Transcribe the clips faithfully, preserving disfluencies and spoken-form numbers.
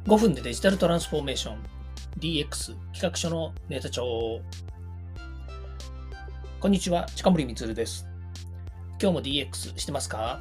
ごふんでデジタルトランスフォーメーション ディーエックス 企画書のネタ帳。こんにちは、近森光です。今日も ディーエックス してますか？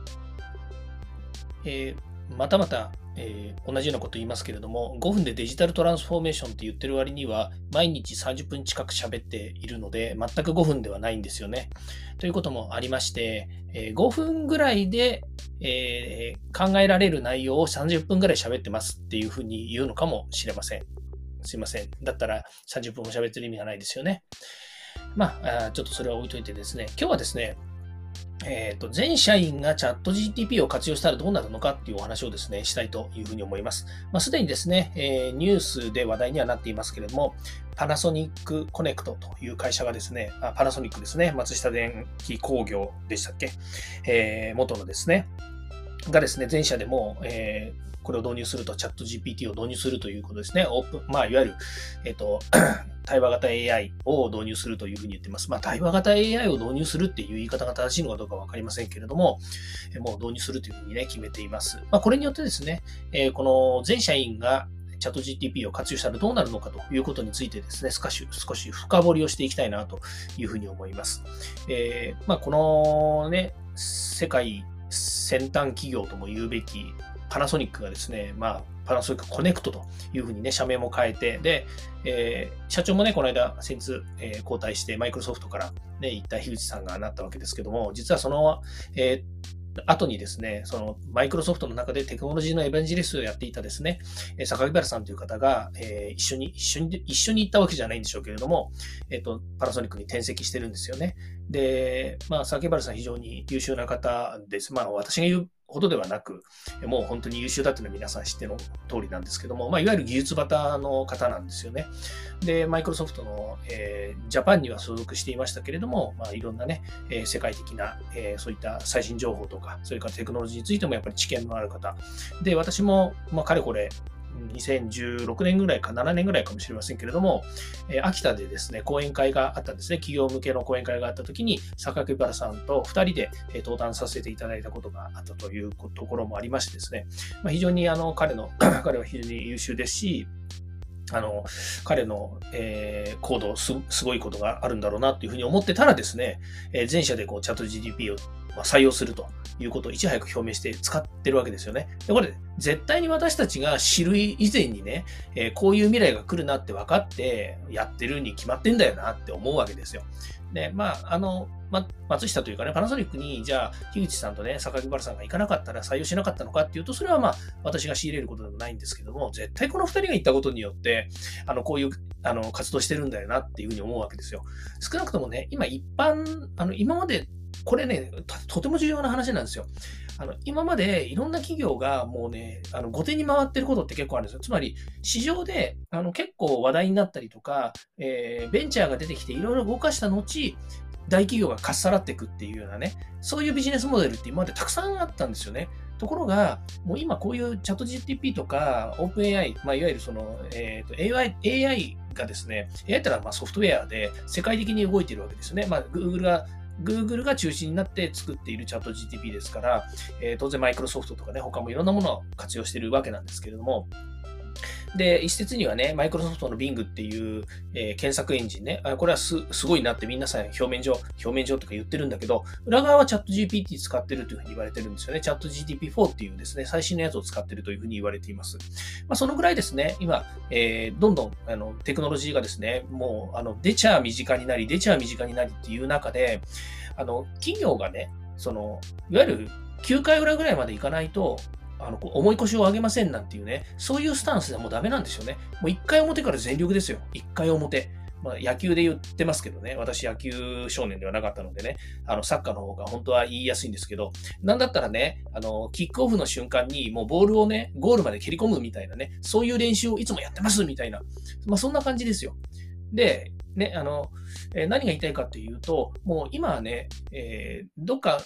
えー、またまた、えー同じようなこと言いますけれども、ごふんでデジタルトランスフォーメーションって言ってる割には、毎日さんじゅっぷん近く喋っているので、全くごふんではないんですよね。ということもありまして、えーごふんぐらいで、えー考えられる内容をさんじゅっぷんぐらい喋ってますっていうふうに言うのかもしれません。すいません。だったらさんじゅっぷんも喋ってる意味がないですよね。まあ、あーちょっとそれは置いといてですね、今日はですね、えーと、全社員がチャット ジーティーピー を活用したらどうなるのかっていうお話をですね、したいというふうに思います。まあ、すでにですね、えーニュースで話題にはなっていますけれども、パナソニックコネクトという会社がですね、あパナソニックですね、松下電器工業でしたっけ、えー元のですね、がですね、全社でも、えーこれを導入すると、チャット ジーピーティー を導入するということですね。オープン、まあ、いわゆる、えっと、対話型 エーアイ を導入するというふうに言っています。まあ、対話型 エーアイ を導入するっていう言い方が正しいのかどうかわかりませんけれども、えもう導入するというふうにね、決めています。まあ、これによってですね、えーこの全社員がチャット ジーティーピー を活用したらどうなるのかということについてですね、少し、少し深掘りをしていきたいなというふうに思います。えーまあ、このね、世界先端企業とも言うべきパナソニックがですね、まあ、パナソニックコネクトというふうにね、社名も変えて、で、えー社長もね、この間、先日、えー交代して、マイクロソフトからね、行った樋口さんがなったわけですけども、実はその、えー後にですね、そのマイクロソフトの中でテクノロジーのエヴァンジェリストをやっていたですね、えー榊原さんという方が、えー一緒に、一緒に、一緒に行ったわけじゃないんでしょうけれども、えっと、パナソニックに転籍してるんですよね。で、まあ、榊原さん非常に優秀な方です。まあ、私が言うほどではなく、もう本当に優秀だというのは皆さん知っての通りなんですけども、まあ、いわゆる技術型の方なんですよね。で、マイクロソフトの、えージャパンには所属していましたけれども、まあ、いろんなね、えー世界的な、えーそういった最新情報とか、それからテクノロジーについてもやっぱり知見のある方。で、私も、まあ、かれこれ、にせんじゅうろくねんぐらいかななねんぐらいかもしれませんけれども、えー秋田でですね、講演会があったんですね。企業向けの講演会があったときに、榊原さんとふたりでえー登壇させていただいたことがあったというところもありましてですね、まあ、非常にあの彼の、彼は非常に優秀ですし、あの、彼の、えー行動す、すごいことがあるんだろうなというふうに思ってたらですね、えー全社でこうチャット ジーティーピー をまあ採用するということをいち早く表明して使ってるわけですよね。で、これ、絶対に私たちが知る以前にね、えーこういう未来が来るなって分かってやってるに決まってんだよなって思うわけですよ。で、まあ、あの、ま、松下というかね、パナソニックに、じゃあ、樋口さんとね、榊原さんが行かなかったら採用しなかったのかっていうと、それはまあ、私が仕入れることでもないんですけども、絶対このふたりが行ったことによって、あの、こういう、あの、活動してるんだよなっていうふうに思うわけですよ。少なくともね、今一般、あの、今まで、これね、ととても重要な話なんですよ。あの、今までいろんな企業がもうね、あの、後手に回ってることって結構あるんですよ。つまり、市場で、あの、結構話題になったりとか、えーベンチャーが出てきていろいろ動かした後、大企業がかっさらっていくっていうようなね、そういうビジネスモデルって今までたくさんあったんですよね。ところが、もう今こういうチャット ジーティーピー とか オープンエーアイ、まあ、いわゆるその、えーと エーアイ、エーアイ がですね、エーアイ ってのはまあソフトウェアで世界的に動いているわけですよね。まあ、Google が Google が中心になって作っているチャット ジーティーピー ですから、えー当然マイクロソフトとかね、他もいろんなものを活用しているわけなんですけれども、で、一説にはね、マイクロソフトの Bing っていう、えー検索エンジンね、あこれはすすごいなって皆さん表面上、表面上とか言ってるんだけど、裏側はチャット ジーピーティー 使ってるというふうに言われてるんですよね。チャット ジーティーピーフォー っていうですね、最新のやつを使ってるというふうに言われています。まあ、そのぐらいですね、今、えーどんどんあのテクノロジーがですね、もうあの出ちゃ身近になり、出ちゃ身近になりっていう中で、あの企業がね、そのいわゆるきゅうかい裏ぐらいまでいかないと、あの重い腰を上げませんなんていうね、そういうスタンスでもうダメなんですよね。もういっかい表から全力ですよ。いっかい表。まあ、野球で言ってますけどね、私野球少年ではなかったのでね、あのサッカーの方が本当は言いやすいんですけど、なんだったらね、あのキックオフの瞬間にもうボールをね、ゴールまで蹴り込むみたいなね、そういう練習をいつもやってますみたいな、まあそんな感じですよ。で、ね、あの、えー何が言いたいかというと、もう今はね、えーどっか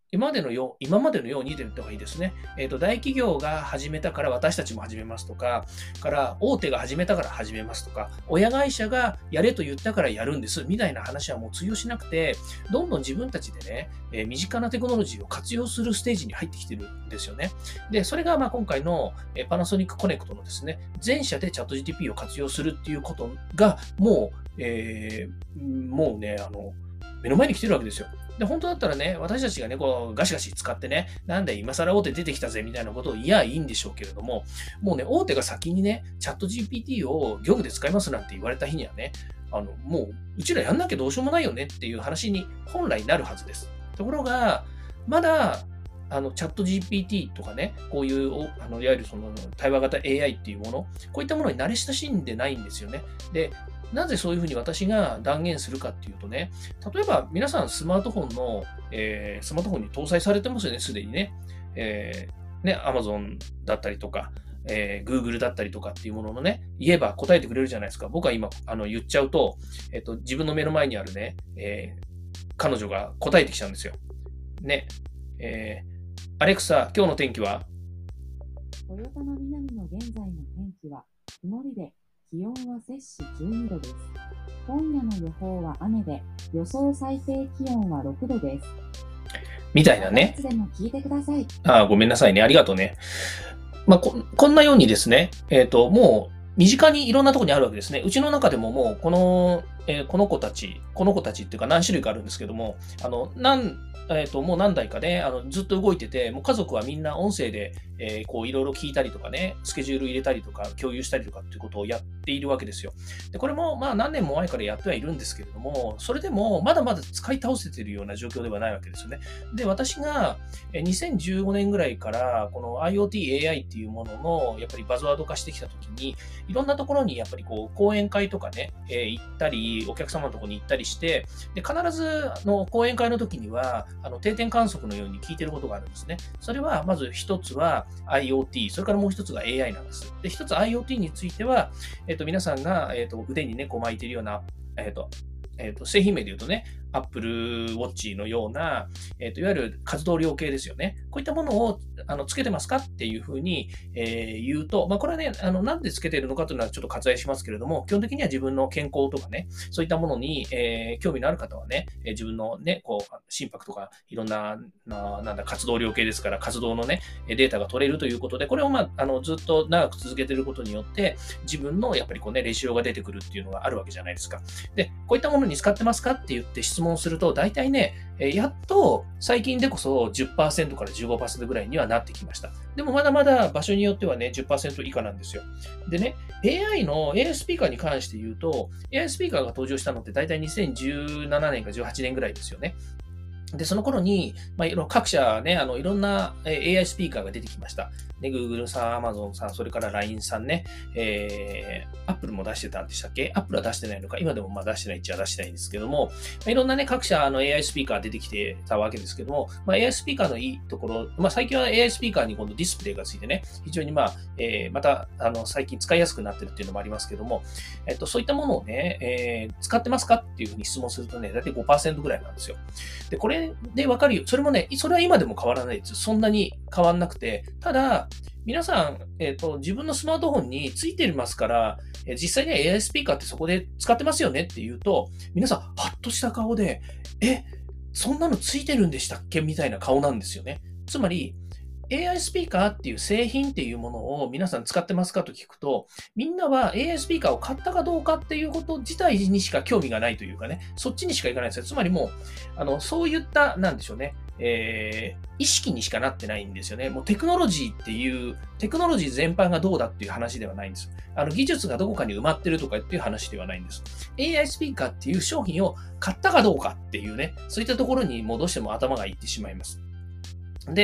今までのよう、今までのようにと言った方がいいですね。えっと、大企業が始めたから私たちも始めますとか、から大手が始めたから始めますとか、親会社がやれと言ったからやるんです、みたいな話はもう通用しなくて、どんどん自分たちでね、えー身近なテクノロジーを活用するステージに入ってきてるんですよね。で、それがまあ今回のえーパナソニックコネクトのですね、全社でチャット ジーティーピー を活用するっていうことが、もう、えーもうね、あの、目の前に来てるわけですよ。で、本当だったらね、私たちがね、こう、ガシガシ使ってね、なんで今更大手出てきたぜ、みたいなことを言やいいんでしょうけれども、もうね、大手が先にね、チャット ジーピーティー を業務で使いますなんて言われた日にはね、あの、もう、うちらやんなきゃどうしようもないよねっていう話に本来なるはずです。ところが、まだ、あの、チャット ジーピーティー とかね、こういう、おあの、いわゆるその対話型 エーアイ っていうもの、こういったものに慣れ親しんでないんですよね。で、なぜそういうふうに私が断言するかっていうとね、例えば皆さんスマートフォンの、えースマートフォンに搭載されてますよね、すでにね。えーね、Amazon だったりとか、えー Google だったりとかっていうもののね、言えば答えてくれるじゃないですか。僕は今、あの、言っちゃうと、えっと、自分の目の前にあるね、えー彼女が答えてきちゃうんですよ。ね。えーアレクサ、今日の天気は？ 豊田の南の現在の天気は曇りで、気温は摂氏じゅうにどです。今夜の予報は雨で、予想最低気温はろくどです。 みたいなね。 いつでも聞いてください。 あー、ごめんなさいね。ありがとうね。まあ、こ、こんなようにですね、えっと、もう、身近にいろんなところにあるわけですね。うちの中でももう、この、えーこの子たち、この子たちっていうか何種類かあるんですけども、あの、なん、えっと、もう何台かね、あの、ずっと動いてて、もう家族はみんな音声で、えーこう、いろいろ聞いたりとかね、スケジュール入れたりとか、共有したりとかっていうことをやっているわけですよ。で、これも、まあ、何年も前からやってはいるんですけれども、それでも、まだまだ使い倒せているような状況ではないわけですよね。で、私が、えーにせんじゅうごねんぐらいから、この IoT、エーアイ っていうものの、やっぱりバズワード化してきたときに、いろんなところにやっぱりこう、講演会とかね、えー行ったり、お客様のところに行ったりして、で、必ず、あの、講演会の時には、あの、定点観測のように聞いてることがあるんですね。それは、まず一つは IoT、それからもう一つが エーアイ なんです。で、一つ IoT については、えっと、皆さんが、えっと、腕にね、こう巻いてるような、えっと、えっと、製品名で言うとね、Apple Watch のような、えっと、いわゆる活動量計ですよね。こういったものを、あの、つけてますかっていうふうに、えー言うと、まあ、これはね、あの、なんでつけてるのかというのはちょっと割愛しますけれども、基本的には自分の健康とかね、そういったものに、えー興味のある方はね、えー自分のね、こう、心拍とか、いろんな、ななんだ、活動量計ですから、活動のね、データが取れるということで、これをまあ、あの、ずっと長く続けていることによって、自分のやっぱりこうね、レシオが出てくるっていうのがあるわけじゃないですか。で、こういったものに使ってますかって言って質問すると、大体ね、えーやっと最近でこそじゅっパーセントからじゅうごパーセントぐらいにはなってきました。でもまだまだ場所によってはね、じゅっパーセント以下なんですよ。でね、エーアイ の エーアイ スピーカーに関して言うと、エーアイ スピーカーが登場したのって大体にせんじゅうななねんかじゅうはちねんぐらいですよね。で、その頃に、まあ、いろ各社ね、あの、いろんなえー エーアイ スピーカーが出てきました。ね、Google さん、Amazon さん、それから ライン さんね、えー、Apple も出してたんでしたっけ？ Apple は出してないのか、今でもまあ出してないっちゃ出してないんですけども、まあ、いろんなね、各社あの エーアイ スピーカー出てきてたわけですけども、まあ、エーアイ スピーカーのいいところ、まあ、最近は エーアイ スピーカーに今度ディスプレイがついてね、非常にまあ、えーまた、あの、最近使いやすくなってるっていうのもありますけども、えっと、そういったものをね、えー使ってますかっていうふうに質問するとね、だいたいごパーセントぐらいなんですよ。で、これでわかるよ。それもね、それは今でも変わらないです。そんなに変わんなくて。ただ、皆さん、えっと、自分のスマートフォンについてますから、え実際には エーアイ スピーカーってそこで使ってますよねって言うと、皆さん、ハッとした顔で、え、そんなのついてるんでしたっけみたいな顔なんですよね。つまり、エーアイ スピーカーっていう製品っていうものを皆さん使ってますかと聞くと、みんなは エーアイ スピーカーを買ったかどうかっていうこと自体にしか興味がないというかね、そっちにしかいかないんですよ。つまりもう、あの、そういった、なんでしょうね、えー、意識にしかなってないんですよね。もうテクノロジーっていう、テクノロジー全般がどうだっていう話ではないんです。あの、技術がどこかに埋まってるとかっていう話ではないんです。エーアイ スピーカーっていう商品を買ったかどうかっていうね、そういったところにもうどうしても頭がいってしまいます。で、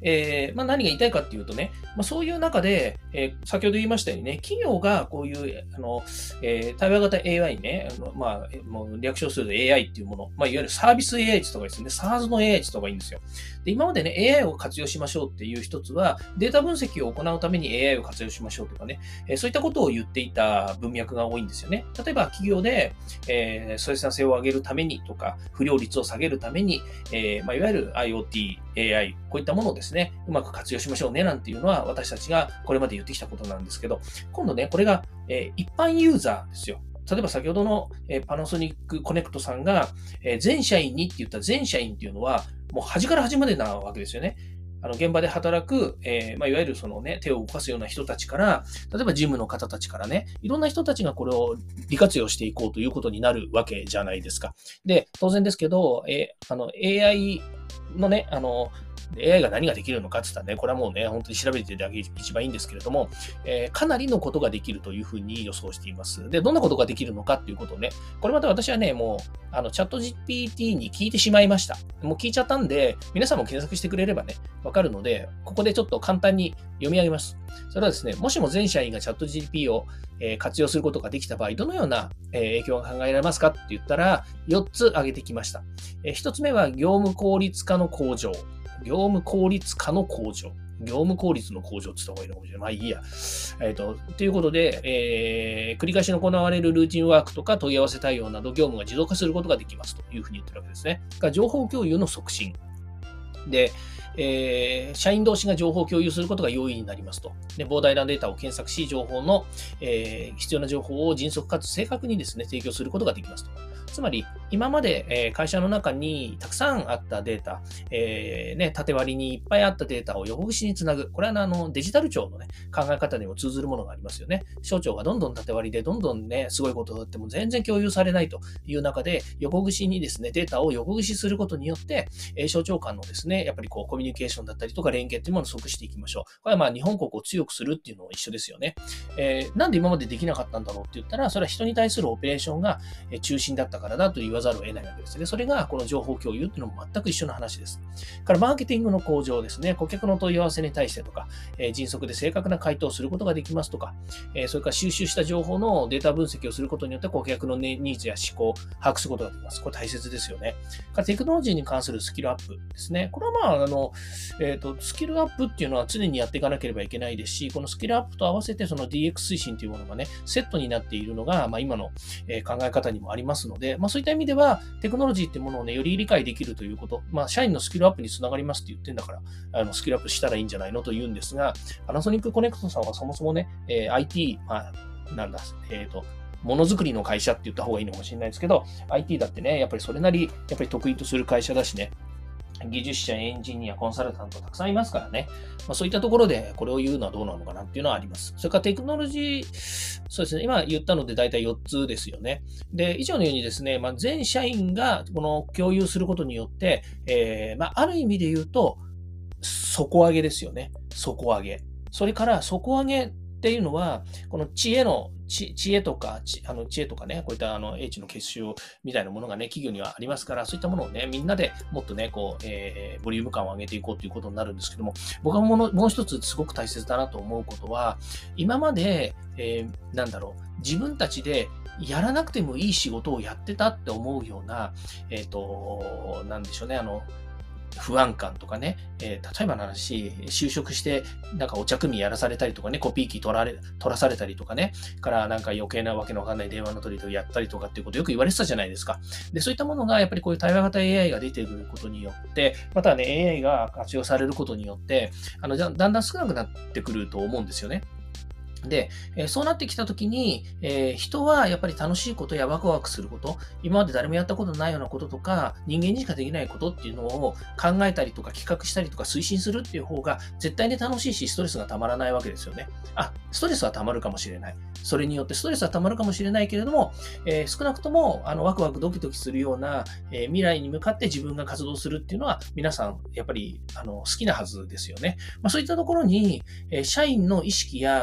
えーまあ、何が言いたいかっていうとね、まあ、そういう中で、えー先ほど言いましたようにね、企業がこういう、あの、えー対話型 エーアイ ね、あのまあ、えもう略称すると エーアイ っていうもの、まあ、いわゆるサービス エーアイ とかですね、SaaS の エーアイ とかがいいんですよ。で、今までね、エーアイ を活用しましょうっていう一つは、データ分析を行うために エーアイ を活用しましょうとかね、えーそういったことを言っていた文脈が多いんですよね。例えば企業で、えー、生産性を上げるためにとか、不良率を下げるために、えーまあ、いわゆる IoT、エーアイ、こういったものをですね、うまく活用しましょうねなんていうのは私たちがこれまで言ってきたことなんですけど、今度ね、これが、えー一般ユーザーですよ。例えば先ほどの、えーパナソニックコネクトさんが、えー全社員にって言った全社員っていうのは、もう端から端までなわけですよね。あの現場で働く、えーまあ、いわゆるそのね、手を動かすような人たちから、例えば事務の方たちからね、いろんな人たちがこれを利活用していこうということになるわけじゃないですか。で、当然ですけど、えーあの エーアイ のね、あの、エーアイ が何ができるのかって言ったらね、これはもうね、本当に調べていただけ一番いいんですけれども、えーかなりのことができるというふうに予想しています。で、どんなことができるのかっていうことをね、これまで私はね、もう、あの、チャット ジーピーティー に聞いてしまいました。もう聞いちゃったんで、皆さんも検索してくれればね、わかるので、ここでちょっと簡単に読み上げます。それはですね、もしも全社員がチャット ジーピー をえー活用することができた場合、どのようなえー影響が考えられますかって言ったら、よっつ挙げてきました。えーひとつめは業務効率化の向上。業務効率化の向上。業務効率の向上って言った方がいいのかもしれない。まあいいや。えっ、と、ということで、えー繰り返し行われるルーチンワークとか問い合わせ対応など業務が自動化することができますというふうに言ってるわけですね。が情報共有の促進。で、えー社員同士が情報を共有することが容易になりますと。で、膨大なデータを検索し、情報の、えー必要な情報を迅速かつ正確にですね、提供することができますと。つまり、今まで、えー会社の中にたくさんあったデータ、えーね、縦割りにいっぱいあったデータを横串につなぐ。これはあのデジタル庁の、ね、考え方にも通ずるものがありますよね。省庁がどんどん縦割りで、どんどんね、すごいことがあっても全然共有されないという中で、横串にですね、データを横串することによって、えー省庁間のですね、やっぱりこうコミュニケーションだったりとか連携っていうものを即していきましょう。これはまあ日本国を強くするっていうのは一緒ですよね。えーなんで今までできなかったんだろうって言ったら、それは人に対するオペレーションがえー中心だったからだと言わざるを得ないわけですね。それがこの情報共有っていうのも全く一緒の話です。からマーケティングの向上ですね。顧客の問い合わせに対してとか、えー迅速で正確な回答をすることができますとか、えーそれから収集した情報のデータ分析をすることによって顧客のねニーズや思考を把握することができます。これ大切ですよね。からテクノロジーに関するスキルアップですね。これはまあ、あの、えっ、と、スキルアップっていうのは常にやっていかなければいけないですし、このスキルアップと合わせてその ディーエックス 推進というものがね、セットになっているのが、まあ、今の、えー考え方にもありますので、まあ、そういった意味では、テクノロジーっていうものをね、より理解できるということ、まあ、社員のスキルアップにつながりますって言ってんだから、あのスキルアップしたらいいんじゃないのと言うんですが、パナソニックコネクトさんはそもそもね、えー アイティー、まあ、なんだ、えっ、と、ものづくりの会社って言った方がいいのかもしれないですけど、アイティー だってね、やっぱりそれなり、やっぱり得意とする会社だしね、技術者、エンジニア、コンサルタントたくさんいますからね。まあ、そういったところでこれを言うのはどうなのかなっていうのはあります。それからテクノロジー、そうですね。今言ったので大体よっつですよね。で、以上のようにですね、まあ、全社員がこの共有することによって、えーまあ、ある意味で言うと、底上げですよね。底上げ。それから底上げっていうのは、この知恵の、知知恵とか、知あの知恵とかね、こういったあの英知の結集みたいなものがね、企業にはありますから、そういったものをね、みんなでもっとね、こう、えーボリューム感を上げていこうということになるんですけども、僕はものもう一つすごく大切だなと思うことは、今まで、えーなんだろう、自分たちでやらなくてもいい仕事をやってたって思うような、えっ、と、なんでしょうね、あの、不安感とかね、えー例えばの話、就職して、なんかお茶組やらされたりとかね、コピー機取られ、取らされたりとかね、からなんか余計なわけのわかんない電話の取りとやったりとかっていうことよく言われてたじゃないですか。で、そういったものがやっぱりこういう対話型 エーアイ が出てくることによって、またね、エーアイ が活用されることによって、あの、だだんだん少なくなってくると思うんですよね。で、えーそうなってきたときに、えー人はやっぱり楽しいことやワクワクすること、今まで誰もやったことないようなこととか、人間にしかできないことっていうのを考えたりとか企画したりとか推進するっていう方が絶対に楽しいし、ストレスがたまらないわけですよね。あ、ストレスはたまるかもしれない。それによってストレスはたまるかもしれないけれども、えー少なくともあのワクワクドキドキするような、えー未来に向かって自分が活動するっていうのは皆さんやっぱりあの好きなはずですよね。まあ、そういったところに、えー社員の意識や、それから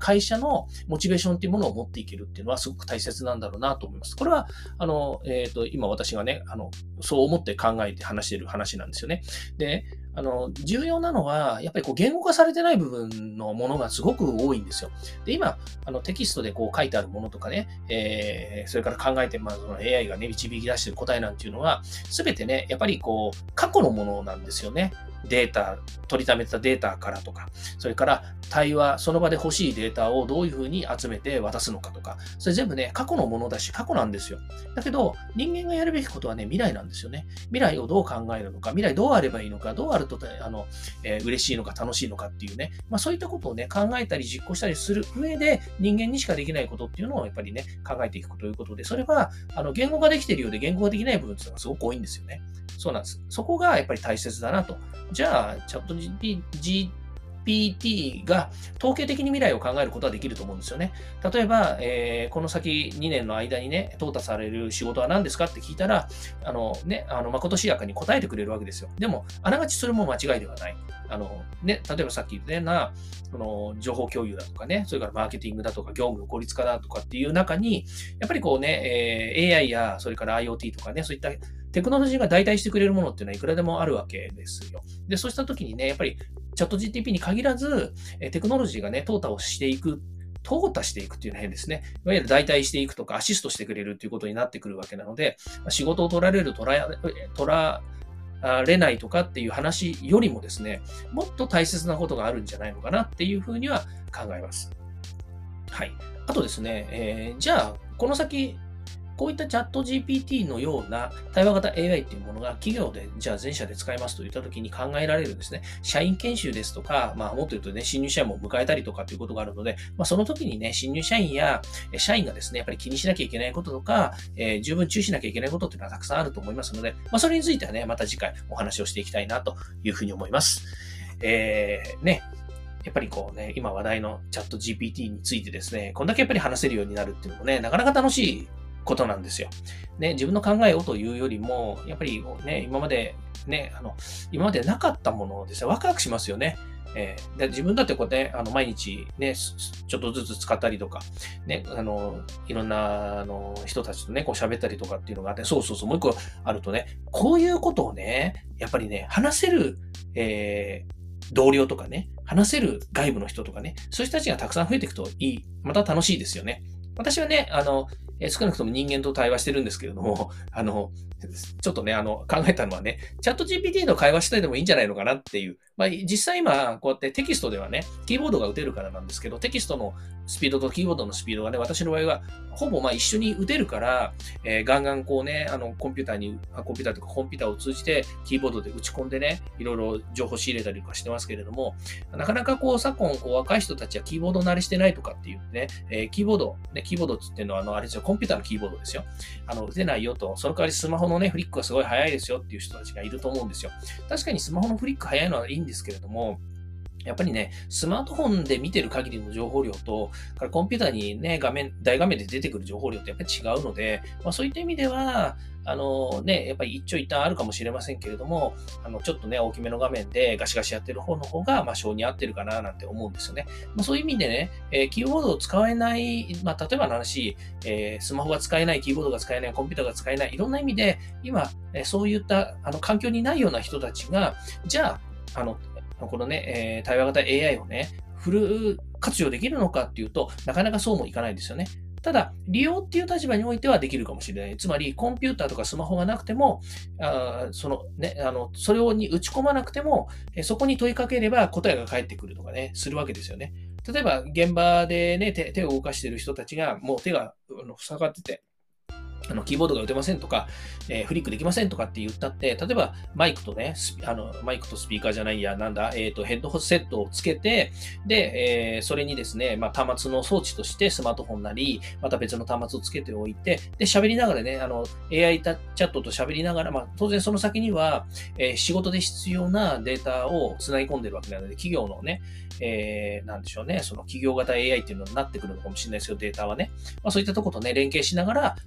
会社のモチベーションっていうものを持っていけるっていうのはすごく大切なんだろうなと思います。これは、あの、えっと、今私がね、あの、そう思って考えて話している話なんですよね。で、あの、重要なのは、やっぱりこう言語化されてない部分のものがすごく多いんですよ。で、今、あのテキストでこう書いてあるものとかね、えー、それから考えて、まあ、その エーアイ がね、導き出している答えなんていうのは、すべてね、やっぱりこう、過去のものなんですよね。データ、取りためたデータからとか、それから対話、その場で欲しいデータをどういうふうに集めて渡すのかとか、それ全部ね、過去のものだし、過去なんですよ。だけど、人間がやるべきことはね、未来なんですよね。未来をどう考えるのか、未来どうあればいいのか、どうあると、あの、えー、嬉しいのか楽しいのかっていうね、まあそういったことをね、考えたり実行したりする上で、人間にしかできないことっていうのをやっぱりね、考えていくということで、それは、あの、言語ができているようで言語ができない部分っていうのがすごく多いんですよね。そうなんです。そこがやっぱり大切だなと。じゃあ、チャット ジーピーティー が統計的に未来を考えることはできると思うんですよね。例えば、えー、この先にねんの間にね、淘汰される仕事は何ですかって聞いたら、あのね、あの、まことしやかに答えてくれるわけですよ。でも、あながちそれも間違いではない。あの、ね、例えばさっき言ったような、その情報共有だとかね、それからマーケティングだとか、業務の効率化だとかっていう中に、やっぱりこうね、えー、エーアイ や、それから IoT とかね、そういったテクノロジーが代替してくれるものっていうのはいくらでもあるわけですよ。で、そうしたときにね、やっぱりチャット ジーティーピー に限らず、テクノロジーがね、淘汰をしていく、淘汰していくっていうのは変ですね。いわゆる代替していくとか、アシストしてくれるっていうことになってくるわけなので、仕事を取られる、取ら、取られないとかっていう話よりもですね、もっと大切なことがあるんじゃないのかなっていうふうには考えます。はい。あとですね、えー、じゃあ、この先、こういったチャット ジーピーティー のような対話型 エーアイ っていうものが企業で、じゃあ全社で使いますといったときに考えられるですね、社員研修ですとか、まあもっと言うとね、新入社員も迎えたりとかっていうことがあるので、まあその時にね、新入社員や社員がですね、やっぱり気にしなきゃいけないこととか、えー、十分注意しなきゃいけないことっていうのはたくさんあると思いますので、まあそれについてはね、また次回お話をしていきたいなというふうに思います。えー、ね。やっぱりこうね、今話題のチャット ジーピーティー についてですね、こんだけやっぱり話せるようになるっていうのもね、なかなか楽しいことなんですよ。ね、自分の考えをというよりも、やっぱりね、今までね、あの、今までなかったものをですね、ワクワクしますよね。えー、で自分だってこうやって、あの、毎日ね、ちょっとずつ使ったりとか、ね、あの、いろんな、あの、人たちとね、こう喋ったりとかっていうのがあって、そうそうそう、もう一個あるとね、こういうことをね、やっぱりね、話せる、えー、同僚とかね、話せる外部の人とかね、そういう人たちがたくさん増えていくといい、また楽しいですよね。私はね、あの、少なくとも人間と対話してるんですけれども、あの、ちょっとね、あの、考えたのはね、チャット ジーピーティー の会話したいでもいいんじゃないのかなっていう。まあ、実際今、こうやってテキストではね、キーボードが打てるからなんですけど、テキストのスピードとキーボードのスピードがね、私の場合は、ほぼまあ一緒に打てるから、えー、ガンガンこうね、あの、コンピューターに、コンピューターとかコンピューターを通じて、キーボードで打ち込んでね、いろいろ情報仕入れたりとかしてますけれども、なかなかこう、昨今、こう、若い人たちはキーボード慣れしてないとかっていうね、えー、キーボード、ね、キーボードっていうのは、あの、あれですよ、コンピューターのキーボードですよ。あの、打てないよと、その代わりスマホのね、フリックがすごい速いですよっていう人たちがいると思うんですよ。確かにスマホのフリック速いのはいいんですけれども、やっぱりね、スマートフォンで見てる限りの情報量と、からコンピューターにね、画面、大画面で出てくる情報量ってやっぱり違うので、まあそういった意味では、あのね、やっぱり一長一短あるかもしれませんけれども、あの、ちょっとね、大きめの画面でガシガシやってる方の方が、まあ、性に合ってるかな、なんて思うんですよね。まあそういう意味でね、えー、キーボードを使えない、まあ例えばの話、えー、スマホが使えない、キーボードが使えない、コンピューターが使えない、いろんな意味で、今、えー、そういった、あの、環境にないような人たちが、じゃあ、あの、このね、えー、対話型 エーアイ をね、フル活用できるのかっていうと、なかなかそうもいかないですよね。ただ、利用っていう立場においてはできるかもしれない。つまり、コンピューターとかスマホがなくても、あそのね、あの、それをに打ち込まなくても、そこに問いかければ答えが返ってくるとかね、するわけですよね。例えば、現場でね、手手を動かしている人たちが、もう手が塞がってて、あの、キーボードが打てませんとか、えー、フリックできませんとかって言ったって、例えばマイクとね、あの、マイクとスピーカーじゃないや、なんだ、えっと、ヘッドセットをつけて、で、えー、それにですね、まあ、端末の装置としてスマートフォンなり、また別の端末をつけておいて、で、喋りながらね、あの、エーアイ チャットと喋りながら、まあ、当然その先には、えー、仕事で必要なデータを繋ぎ込んでるわけなので、企業のね、えー、なんでしょうね、その企業型 エーアイ っていうのになってくるのかもしれないですよ、データはね。まあ、そういったところとね、連携しながら、耳で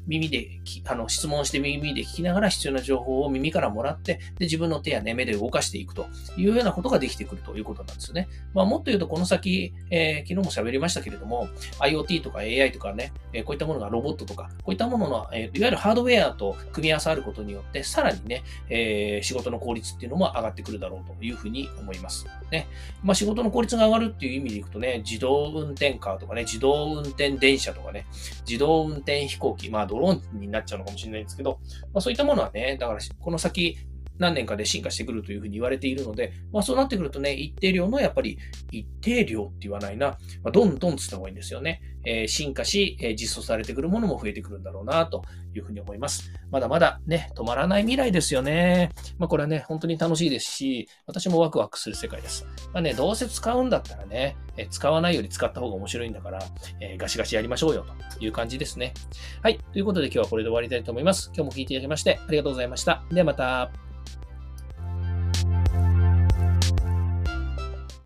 きあの質問して耳で聞きながら必要な情報を耳からもらって、で自分の手や、ね、目で動かしていくというようなことができてくるということなんですよね。まあ、もっと言うと、この先、えー、昨日も喋りましたけれども、IoT とか エーアイ とかね、えー、こういったものがロボットとか、こういったものの、えー、いわゆるハードウェアと組み合わさることによって、さらにね、えー、仕事の効率っていうのも上がってくるだろうというふうに思います。ね。まあ、仕事の効率が上がるっていう意味でいくとね、自動運転カーとかね、自動運転電車とかね、自動運転飛行機、まあドローンになっちゃうのかもしれないんですけど、まあ、そういったものはね、だからこの先何年かで進化してくるというふうに言われているので、まあそうなってくるとね、一定量のやっぱり、一定量って言わないな、まあ、どんどんつった方がいいんですよね。えー、進化し、えー、実装されてくるものも増えてくるんだろうなというふうに思います。まだまだね、止まらない未来ですよね。まあこれはね、本当に楽しいですし、私もワクワクする世界です。まあね、どうせ使うんだったらね、えー、使わないより使った方が面白いんだから、えー、ガシガシやりましょうよという感じですね。はい。ということで今日はこれで終わりたいと思います。今日も聞いていただきましてありがとうございました。ではまた。